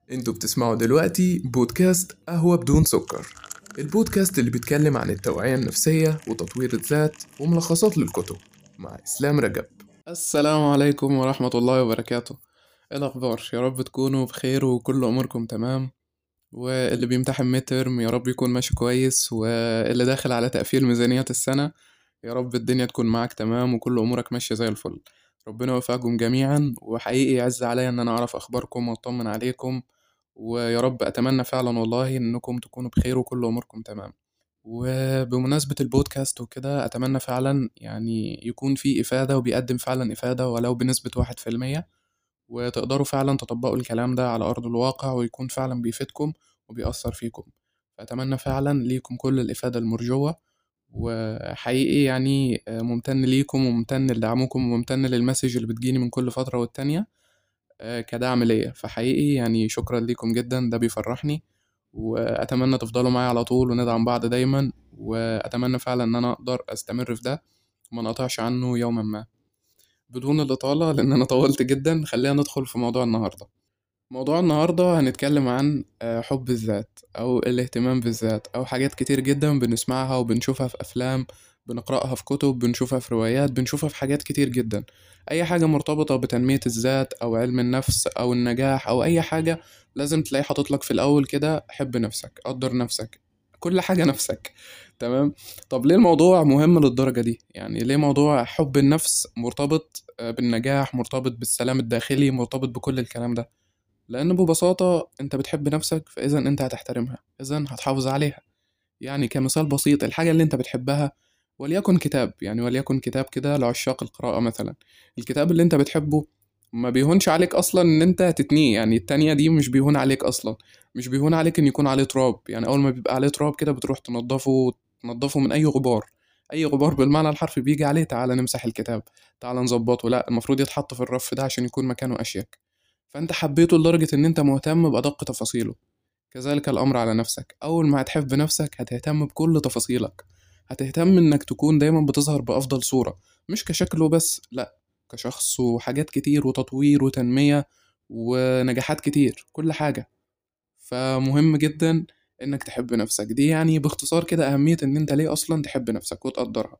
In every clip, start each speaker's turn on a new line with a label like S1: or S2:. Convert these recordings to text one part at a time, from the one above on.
S1: انتوا بتسمعوا دلوقتي بودكاست قهوة بدون سكر. البودكاست اللي بيتكلم عن التوعية النفسية وتطوير الذات وملخصات للكتب مع إسلام رجب. السلام عليكم ورحمة الله وبركاته. ايه الأخبار؟ يا رب تكونوا بخير وكل أموركم تمام. واللي بيمتحن ميترم يا رب يكون ماشي كويس، واللي داخل على تقفيل ميزانية السنة يا رب الدنيا تكون معاك تمام وكل أمورك ماشية زي الفل. ربنا يوفقكم جميعا، وحقيقي يعز عليا إن أنا أعرف أخباركم وأطمن عليكم. ويا رب أتمنى فعلا والله إنكم تكونوا بخير وكل أموركم تمام. وبمناسبة البودكاست وكده أتمنى فعلا يعني يكون في إفادة وبيقدم فعلا إفادة ولو بنسبة 1%، وتقدروا فعلا تطبقوا الكلام ده على أرض الواقع ويكون فعلا بيفيدكم وبيأثر فيكم. فأتمنى فعلا ليكم كل الإفادة المرجوة. وحقيقي يعني ممتن ليكم وممتن لدعمكم وممتن للمسج اللي بتجيني من كل فترة والتانية كدعم ليا. فحقيقي يعني شكرا ليكم جدا، ده بيفرحني. وأتمنى تفضلوا معايا على طول وندعم بعض دايما، وأتمنى فعلا إن أنا أقدر أستمر في ده وما نقطعش عنه يوما ما. بدون الإطالة لأن أنا طولت جدا، خلينا ندخل في موضوع النهاردة. موضوع النهاردة هنتكلم عن حب الذات أو الاهتمام بالذات، أو حاجات كتير جدا بنسمعها وبنشوفها في أفلام، بنقرأها في كتب، بنشوفها في روايات، بنشوفها في حاجات كتير جدا. أي حاجة مرتبطة بتنمية الذات أو علم النفس أو النجاح أو أي حاجة لازم تلاقي حاطط في الأول كده: حب نفسك، قدر نفسك، كل حاجة نفسك. تمام. طب ليه الموضوع مهم للدرجة دي؟ يعني ليه موضوع حب النفس مرتبط بالنجاح، مرتبط بالسلام الداخلي، مرتبط بكل الكلام ده؟ لأن ببساطة أنت بتحب نفسك، فإذا أنت هتحترمها، إذا هتحافظ عليها. يعني كمثال بسيط، الحاجة اللي أنت بتحبها، وليكن كتاب، يعني وليكن كتاب كده لعشاق القراءة مثلا. الكتاب اللي أنت بتحبه ما بيهونش عليك أصلا إن أنت تتنيه، يعني التانية دي مش بيهون عليك أصلا. مش بيهون عليك إن يكون عليه تراب، يعني أول ما بيبقى عليه تراب كده بتروح تنضفه، تنضفه من أي غبار. أي غبار بالمعنى الحرفي بيجي عليه، تعالى نمسح الكتاب، تعالى نظبطه. لا، المفروض يتحط في الرف ده عشان يكون مكانه أشيك. فأنت حبيته لدرجة إن أنت مهتم بأدق تفاصيله. كذلك الأمر على نفسك، أول ما هتحب نفسك هتهتم بكل تفاصيلك. هتهتم إنك تكون دايما بتظهر بأفضل صورة، مش كشكل وبس، لأ، كشخص وحاجات كتير وتطوير وتنمية ونجاحات كتير، كل حاجة. فمهم جدا إنك تحب نفسك. دي يعني باختصار كده أهمية إن أنت ليه أصلا تحب نفسك وتقدرها.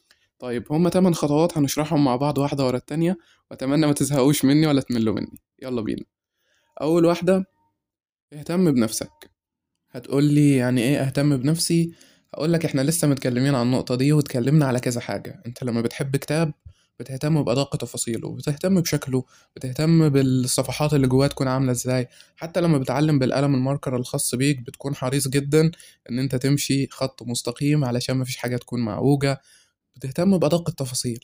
S1: طيب، هما 8 خطوات هنشرحهم مع بعض واحدة ورا التانية، وأتمنى ما تزهقوش مني ولا تملوا مني. يلا بينا. أول واحدة: اهتم بنفسك. هتقولي يعني ايه اهتم بنفسي؟ هقولك احنا لسه متكلمين عن النقطة دي واتكلمنا على كذا حاجة. انت لما بتحب كتاب بتهتم بأدق تفاصيله، بتهتم بشكله، بتهتم بالصفحات اللي جواه تكون عاملة ازاي. حتى لما بتعلم بالقلم الماركر الخاص بيك بتكون حريص جدا ان انت تمشي خط مستقيم علشان مفيش حاجة تكون معوجة. بتهتم بأدق التفاصيل.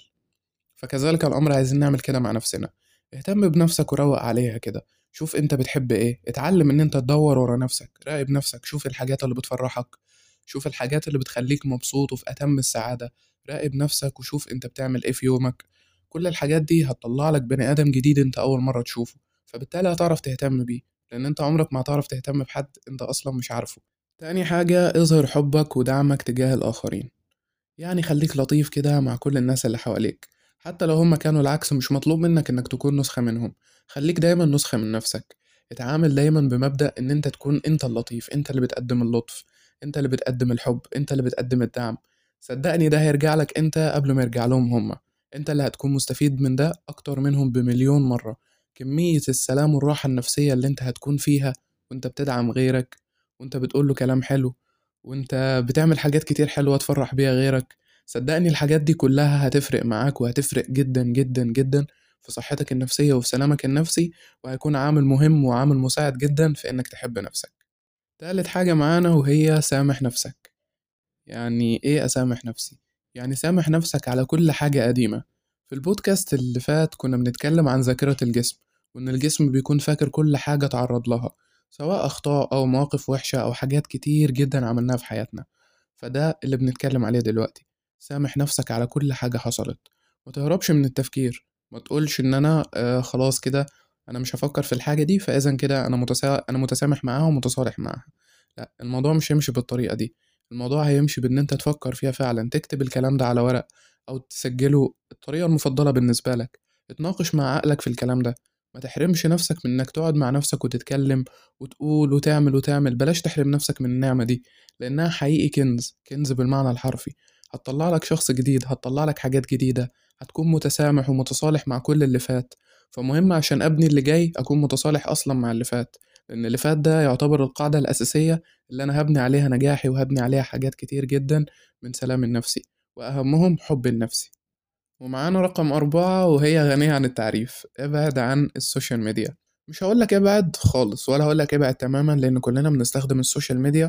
S1: فكذلك الأمر عايزين نعمل كده مع نفسنا. اهتم بنفسك وروق عليها كده. شوف انت بتحب ايه، اتعلم ان انت تدور ورا نفسك، راقب نفسك، شوف الحاجات اللي بتفرحك، شوف الحاجات اللي بتخليك مبسوط وفي أتم السعادة. راقب نفسك وشوف انت بتعمل ايه في يومك. كل الحاجات دي هتطلع لك بني آدم جديد انت أول مرة تشوفه، فبالتالي هتعرف تهتم بيه. لأن انت عمرك ما هتعرف تهتم بحد انت أصلا مش عارفه. تاني حاجة: اظهر حبك ودعمك تجاه الآخرين. يعني خليك لطيف كده مع كل الناس اللي حواليك، حتى لو هما كانوا العكس. مش مطلوب منك انك تكون نسخة منهم، خليك دايما نسخة من نفسك. اتعامل دايما بمبدأ ان انت تكون انت اللطيف، انت اللي بتقدم اللطف، انت اللي بتقدم الحب، انت اللي بتقدم الدعم. صدقني ده هيرجع لك انت قبل ما يرجع لهم هما. انت اللي هتكون مستفيد من ده اكتر منهم بمليون مرة. كمية السلام والراحة النفسية اللي انت هتكون فيها وانت بتدعم غيرك، وانت بتقوله كلام حلو، وانت بتعمل حاجات كتير حلوة تفرح بيها غيرك. صدقني الحاجات دي كلها هتفرق معاك وهتفرق جدا جدا جدا في صحتك النفسية وفي سلامك النفسي، وهيكون عامل مهم وعامل مساعد جدا في انك تحب نفسك. تالت حاجة معانا وهي سامح نفسك. يعني ايه اسامح نفسي؟ يعني سامح نفسك على كل حاجة قديمة. في البودكاست اللي فات كنا بنتكلم عن ذاكرة الجسم، وان الجسم بيكون فاكر كل حاجة تعرض لها، سواء اخطاء او مواقف وحشة او حاجات كتير جدا عملناها في حياتنا. فده اللي بنتكلم عليه دلوقتي. سامح نفسك على كل حاجة حصلت. ما تهربش من التفكير. ما تقولش ان انا خلاص كده انا مش هفكر في الحاجة دي، فاذا كده انا متسامح معاها ومتصالح معاها. لا، الموضوع مش هيمشي بالطريقة دي. الموضوع هيمشي بان انت تفكر فيها فعلا، تكتب الكلام ده على ورق او تسجله، الطريقة المفضلة بالنسبة لك. اتناقش مع عقلك في الكلام ده. ما تحرمش نفسك من انك تقعد مع نفسك وتتكلم وتقول وتعمل. بلاش تحرم نفسك من النعمة دي، لانها حقيقي كنز، كنز بالمعنى الحرفي. هتطلع لك شخص جديد، هتطلع لك حاجات جديدة، هتكون متسامح ومتصالح مع كل اللي فات. فمهم عشان ابني اللي جاي اكون متصالح اصلا مع اللي فات، لان اللي فات ده يعتبر القاعدة الاساسية اللي انا هبني عليها نجاحي، وهبني عليها حاجات كتير جدا من سلام النفسي، واهمهم حب النفسي. ومعانا رقم 4، وهي غنية عن التعريف: ابعد عن السوشيال ميديا. مش هقولك ابعد خالص ولا هقولك ابعد تماما، لأن كلنا بنستخدم السوشيال ميديا،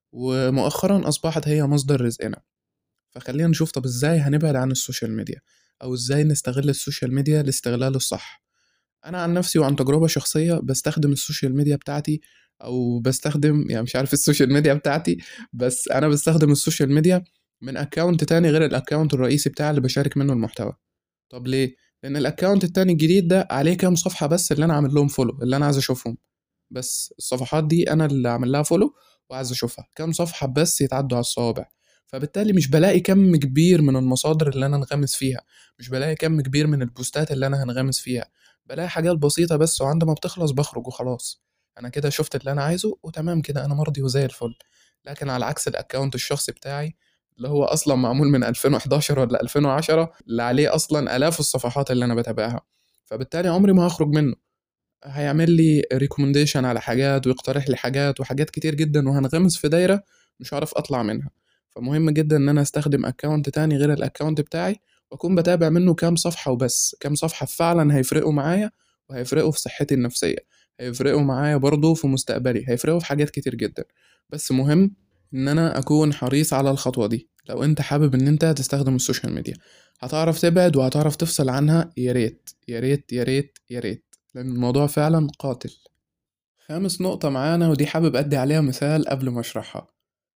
S1: ومؤخرا أصبحت هي مصدر رزقنا. فخلينا نشوف طب ازاي هنبعد عن السوشيال ميديا، أو ازاي نستغل السوشيال ميديا الاستغلال الصح. أنا عن نفسي وعن تجربة شخصية بستخدم السوشيال ميديا بتاعتي، أو بستخدم، يعني مش عارف السوشيال ميديا بتاعتي، بس أنا بستخدم السوشيال ميديا من أكاونت تاني غير الأكاونت الرئيسي بتاعي اللي بشارك منه المحتوى. طب ليه؟ لأن الأكونت التاني الجديد ده عليه كام صفحة بس اللي أنا عامل لهم فولو، اللي أنا عايز أشوفهم. بس الصفحات دي أنا اللي عامل لها فولو وعايز أشوفها، كام صفحة بس يتعدوا على الصوابع. فبالتالي مش بلاقي كم كبير من المصادر اللي أنا انغمس فيها، مش بلاقي كم كبير من البوستات اللي أنا هنغمس فيها. بلاقي حاجات بسيطة بس، وعندما بتخلص بخرج وخلاص. أنا كده شفت اللي أنا عايزه وتمام كده، أنا مرضي وزي الفل. لكن على عكس الأكونت الشخصي بتاعي، اللي هو اصلا معمول من 2011 ولا 2010، اللي عليه اصلا الاف الصفحات اللي انا بتابعها، فبالتالي عمري ما هخرج منه. هيعمل لي ريكومنديشن على حاجات، ويقترح لي حاجات وحاجات كتير جدا، وهنغمس في دايرة مش هعرف اطلع منها. فمهم جدا ان انا استخدم اكونت تاني غير الاكونت بتاعي، واكون بتابع منه كام صفحة وبس، كام صفحة فعلا هيفرقوا معايا، وهيفرقوا في صحتي النفسية، هيفرقوا معايا برضه في مستقبلي، هيفرقوا في حاجات كتير جدا. بس مهم ان انا اكون حريص على الخطوة دي. لو انت حابب ان انت تستخدم السوشيال ميديا، هتعرف تبعد وهتعرف تفصل عنها، يا ريت يا ريت يا ريت يا ريت، لأن الموضوع فعلا قاتل. خامس نقطة معانا، ودي حابب أدي عليها مثال قبل ما أشرحها.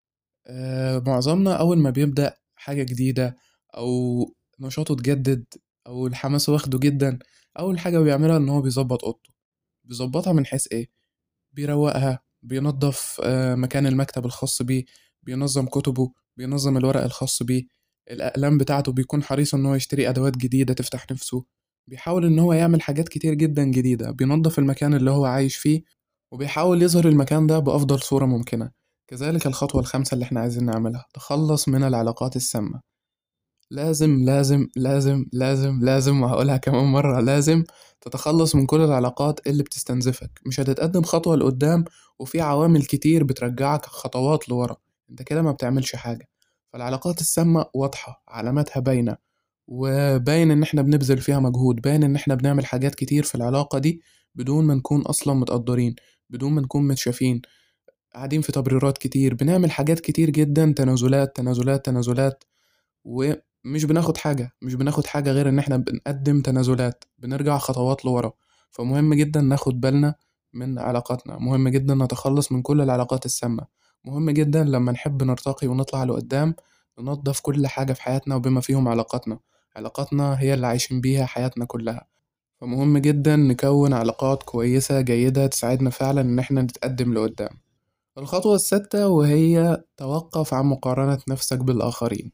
S1: معظمنا أول ما بيبدأ حاجة جديدة، أو نشاطه اتجدد، أو الحماس واخده جدا، أول حاجة بيعملها إن هو بيظبط أوضته. بيظبطها من حيث إيه؟ بيروقها، بينظف مكان المكتب الخاص بيه، بينظم كتبه، بينظم الورق الخاص بيه، الأقلام بتاعته بيكون حريص إن هو يشتري أدوات جديدة تفتح نفسه. بيحاول إن هو يعمل حاجات كتير جدا جديدة، بينظف المكان اللي هو عايش فيه، وبيحاول يظهر المكان ده بأفضل صورة ممكنة. كذلك الخطوة الخامسة اللي احنا عايزين نعملها: تخلص من العلاقات السامة. لازم لازم لازم لازم لازم، وهقولها كمان مرة، لازم تتخلص من كل العلاقات اللي بتستنزفك، مش هتتقدم خطوة لقدام، وفي عوامل كتير بترجعك خطوات لورا. انت كده ما بتعملش حاجة. فالعلاقات السامة واضحة، علاماتها باينة، وباين ان احنا بنبذل فيها مجهود، باين ان احنا بنعمل حاجات كتير في العلاقة دي بدون ما نكون اصلا متقدرين، بدون ما نكون متشافين. قاعدين في تبريرات كتير، بنعمل حاجات كتير جدا، تنازلات تنازلات تنازلات، ومش بناخد حاجة، مش بناخد حاجة غير إن إحنا بنقدم تنازلات، بنرجع خطوات لورا. فمهم جدا ناخد بالنا من علاقاتنا، مهم جدا نتخلص من كل العلاقات السامة. مهم جدا لما نحب نرتقي ونطلع لقدام، ننظف كل حاجة في حياتنا وبما فيهم علاقاتنا. علاقاتنا هي اللي عايشين بيها حياتنا كلها. فمهم جدا نكون علاقات كويسة جيدة تساعدنا فعلا إن إحنا نتقدم لقدام. الخطوة السادسة، وهي توقف عن مقارنة نفسك بالآخرين.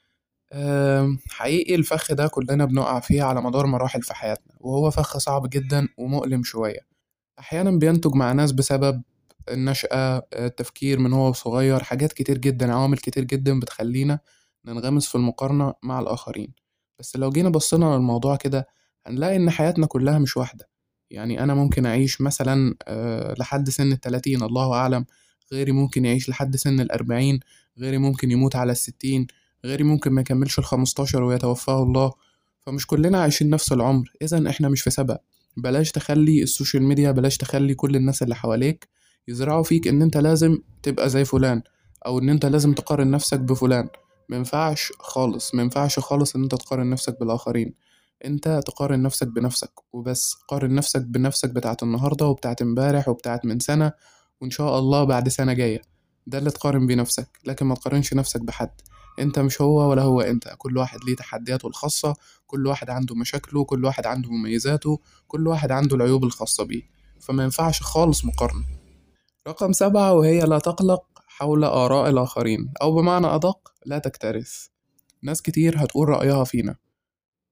S1: حقيقي الفخ ده كلنا بنقع فيه على مدار مراحل في حياتنا، وهو فخ صعب جدا ومؤلم شوية. أحيانا بينتج مع ناس بسبب النشأة، التفكير من هو صغير، حاجات كتير جدا، عوامل كتير جدا بتخلينا ننغمس في المقارنة مع الآخرين. بس لو جينا بصينا للموضوع كده، هنلاقي إن حياتنا كلها مش واحدة. يعني أنا ممكن أعيش مثلا لحد سن ال30، الله أعلم. غيري ممكن يعيش لحد سن ال40، غيري ممكن يموت على ال60، غيري ممكن ما يكملش ال15 ويتوفاه الله. فمش كلنا عايشين نفس العمر، إذا إحنا مش في سبق. بلاش تخلي السوشيال ميديا، بلاش تخلي كل الناس اللي حواليك يزرعوا فيك ان انت لازم تبقى زي فلان، او ان انت لازم تقارن نفسك بفلان. مينفعش خالص، مينفعش خالص ان انت تقارن نفسك بالاخرين. انت تقارن نفسك بنفسك وبس. قارن نفسك بنفسك بتاعت النهاردة وبتاعت امبارح وبتاعت من سنة، وان شاء الله بعد سنة جاية. ده اللي تقارن بيه نفسك، لكن ما تقارنش نفسك بحد. انت مش هو ولا هو انت، كل واحد ليه تحدياته الخاصة، كل واحد عنده مشاكله، كل واحد عنده مميزاته، كل واحد عنده العيوب الخاصة بيه. فما ينفعش خالص مقارنة. رقم 7، وهي لا تقلق حول آراء الآخرين، أو بمعنى أدق لا تكترث. ناس كتير هتقول رأيها فينا،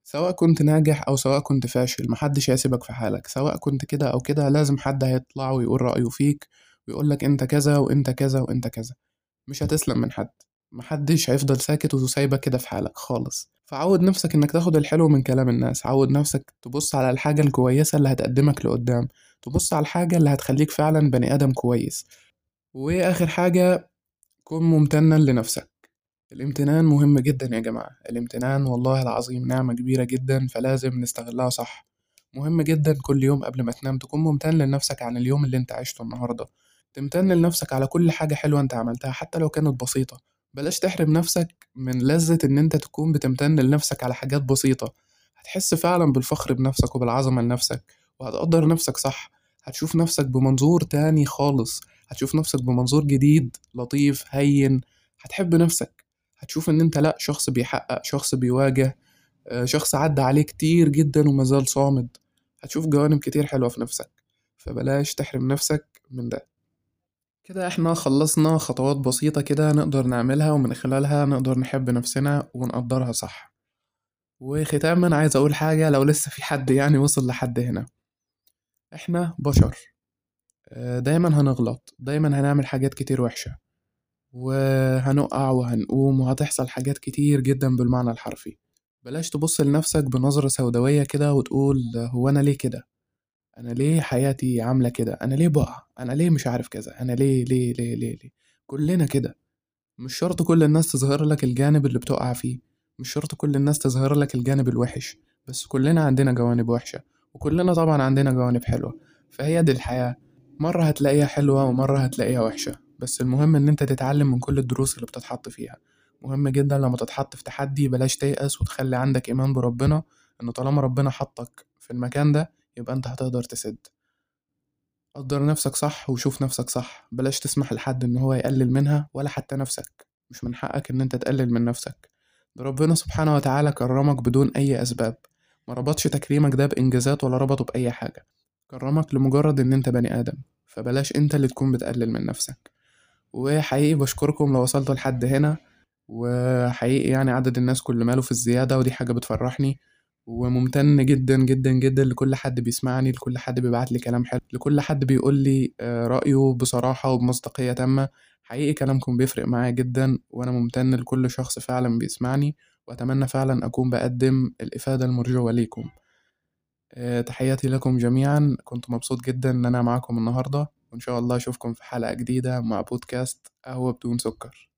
S1: سواء كنت ناجح أو سواء كنت فاشل، محدش هيسيبك في حالك. سواء كنت كده أو كده لازم حد هيطلع ويقول رأيه فيك، ويقولك أنت كذا وأنت كذا وأنت كذا. مش هتسلم من حد. محدش هيفضل ساكت وسايبك كده في حالك خالص. فعود نفسك انك تاخد الحلو من كلام الناس. عود نفسك تبص على الحاجة الكويسة اللي هتقدمك لقدام. تبص على الحاجة اللي هتخليك فعلا بني آدم كويس. وآخر حاجة، كن ممتنا لنفسك. الامتنان مهم جدا يا جماعة. الامتنان والله العظيم نعمة كبيرة جدا، فلازم نستغلها صح. مهم جدا كل يوم قبل ما تنام تكون ممتن لنفسك عن اليوم اللي انت عشته النهاردة. تمتن لنفسك على كل حاجة حلوة انت عملتها حتى لو كانت بسيطة. بلاش تحرم نفسك من لذة ان انت تكون بتمتن لنفسك على حاجات بسيطة. هتحس فعلا بالفخر بنفسك وبالعظمة لنفسك، وهتقدر نفسك صح. هتشوف نفسك بمنظور تاني خالص. هتشوف نفسك بمنظور جديد لطيف هين. هتحب نفسك. هتشوف ان انت لأ، شخص بيحقق، شخص بيواجه، شخص عدى عليه كتير جدا ومازال صامد. هتشوف جوانب كتير حلوة في نفسك. فبلاش تحرم نفسك من ده. كده احنا خلصنا خطوات بسيطة كده نقدر نعملها، ومن خلالها نقدر نحب نفسنا ونقدرها صح. وختاما عايز اقول حاجة، لو لسه في حد يعني وصل لحد هنا. احنا بشر. دايما هنغلط، دايما هنعمل حاجات كتير وحشة، وهنقع وهنقوم وهتحصل حاجات كتير جدا بالمعنى الحرفي. بلاش تبص لنفسك بنظرة سوداوية كده وتقول هو أنا ليه كده؟ أنا ليه حياتي عاملة كده؟ أنا ليه بقع؟ أنا ليه مش عارف كذا؟ أنا ليه؟ كلنا كده. مش شرط كل الناس تظهر لك الجانب اللي بتقع فيه. مش شرط كل الناس تظهر لك الجانب الوحش. بس كلنا عندنا جوانب وحشة، وكلنا طبعا عندنا جوانب حلوة. فهي دي الحياة. مرة هتلاقيها حلوة ومرة هتلاقيها وحشة، بس المهم ان انت تتعلم من كل الدروس اللي بتتحط فيها. مهم جدا لما تتحط في تحدي بلاش تيأس، وتخلي عندك ايمان بربنا، ان طالما ربنا حطك في المكان ده يبقى انت هتقدر تسد. قدر نفسك صح وشوف نفسك صح. بلاش تسمح لحد ان هو يقلل منها، ولا حتى نفسك. مش من حقك ان انت تقلل من نفسك. ده ربنا سبحانه وتعالى كرمك بدون اي اسباب. ما ربطش تكريمك ده بانجازات ولا ربطه باي حاجة. كرمك لمجرد ان انت بني ادم. فبلاش انت اللي تكون بتقلل من نفسك. وحقيقي بشكركم لو وصلتوا لحد هنا. وحقيقي يعني عدد الناس كل ماله في الزيادة، ودي حاجة بتفرحني. وممتن جدا جدا جدا لكل حد بيسمعني، لكل حد بيبعت لي كلام حلو، لكل حد بيقول لي رأيه بصراحة وبمصداقية تامة. حقيقي كلامكم بيفرق معايا جدا، وأنا ممتن لكل شخص فعلا بيسمعني. وأتمنى فعلا أكون بقدم الإفادة المرجوة ليكم. تحياتي لكم جميعا. كنت مبسوط جدا إن أنا معاكم النهاردة، وإن شاء الله أشوفكم في حلقة جديدة مع بودكاست قهوة بدون سكر.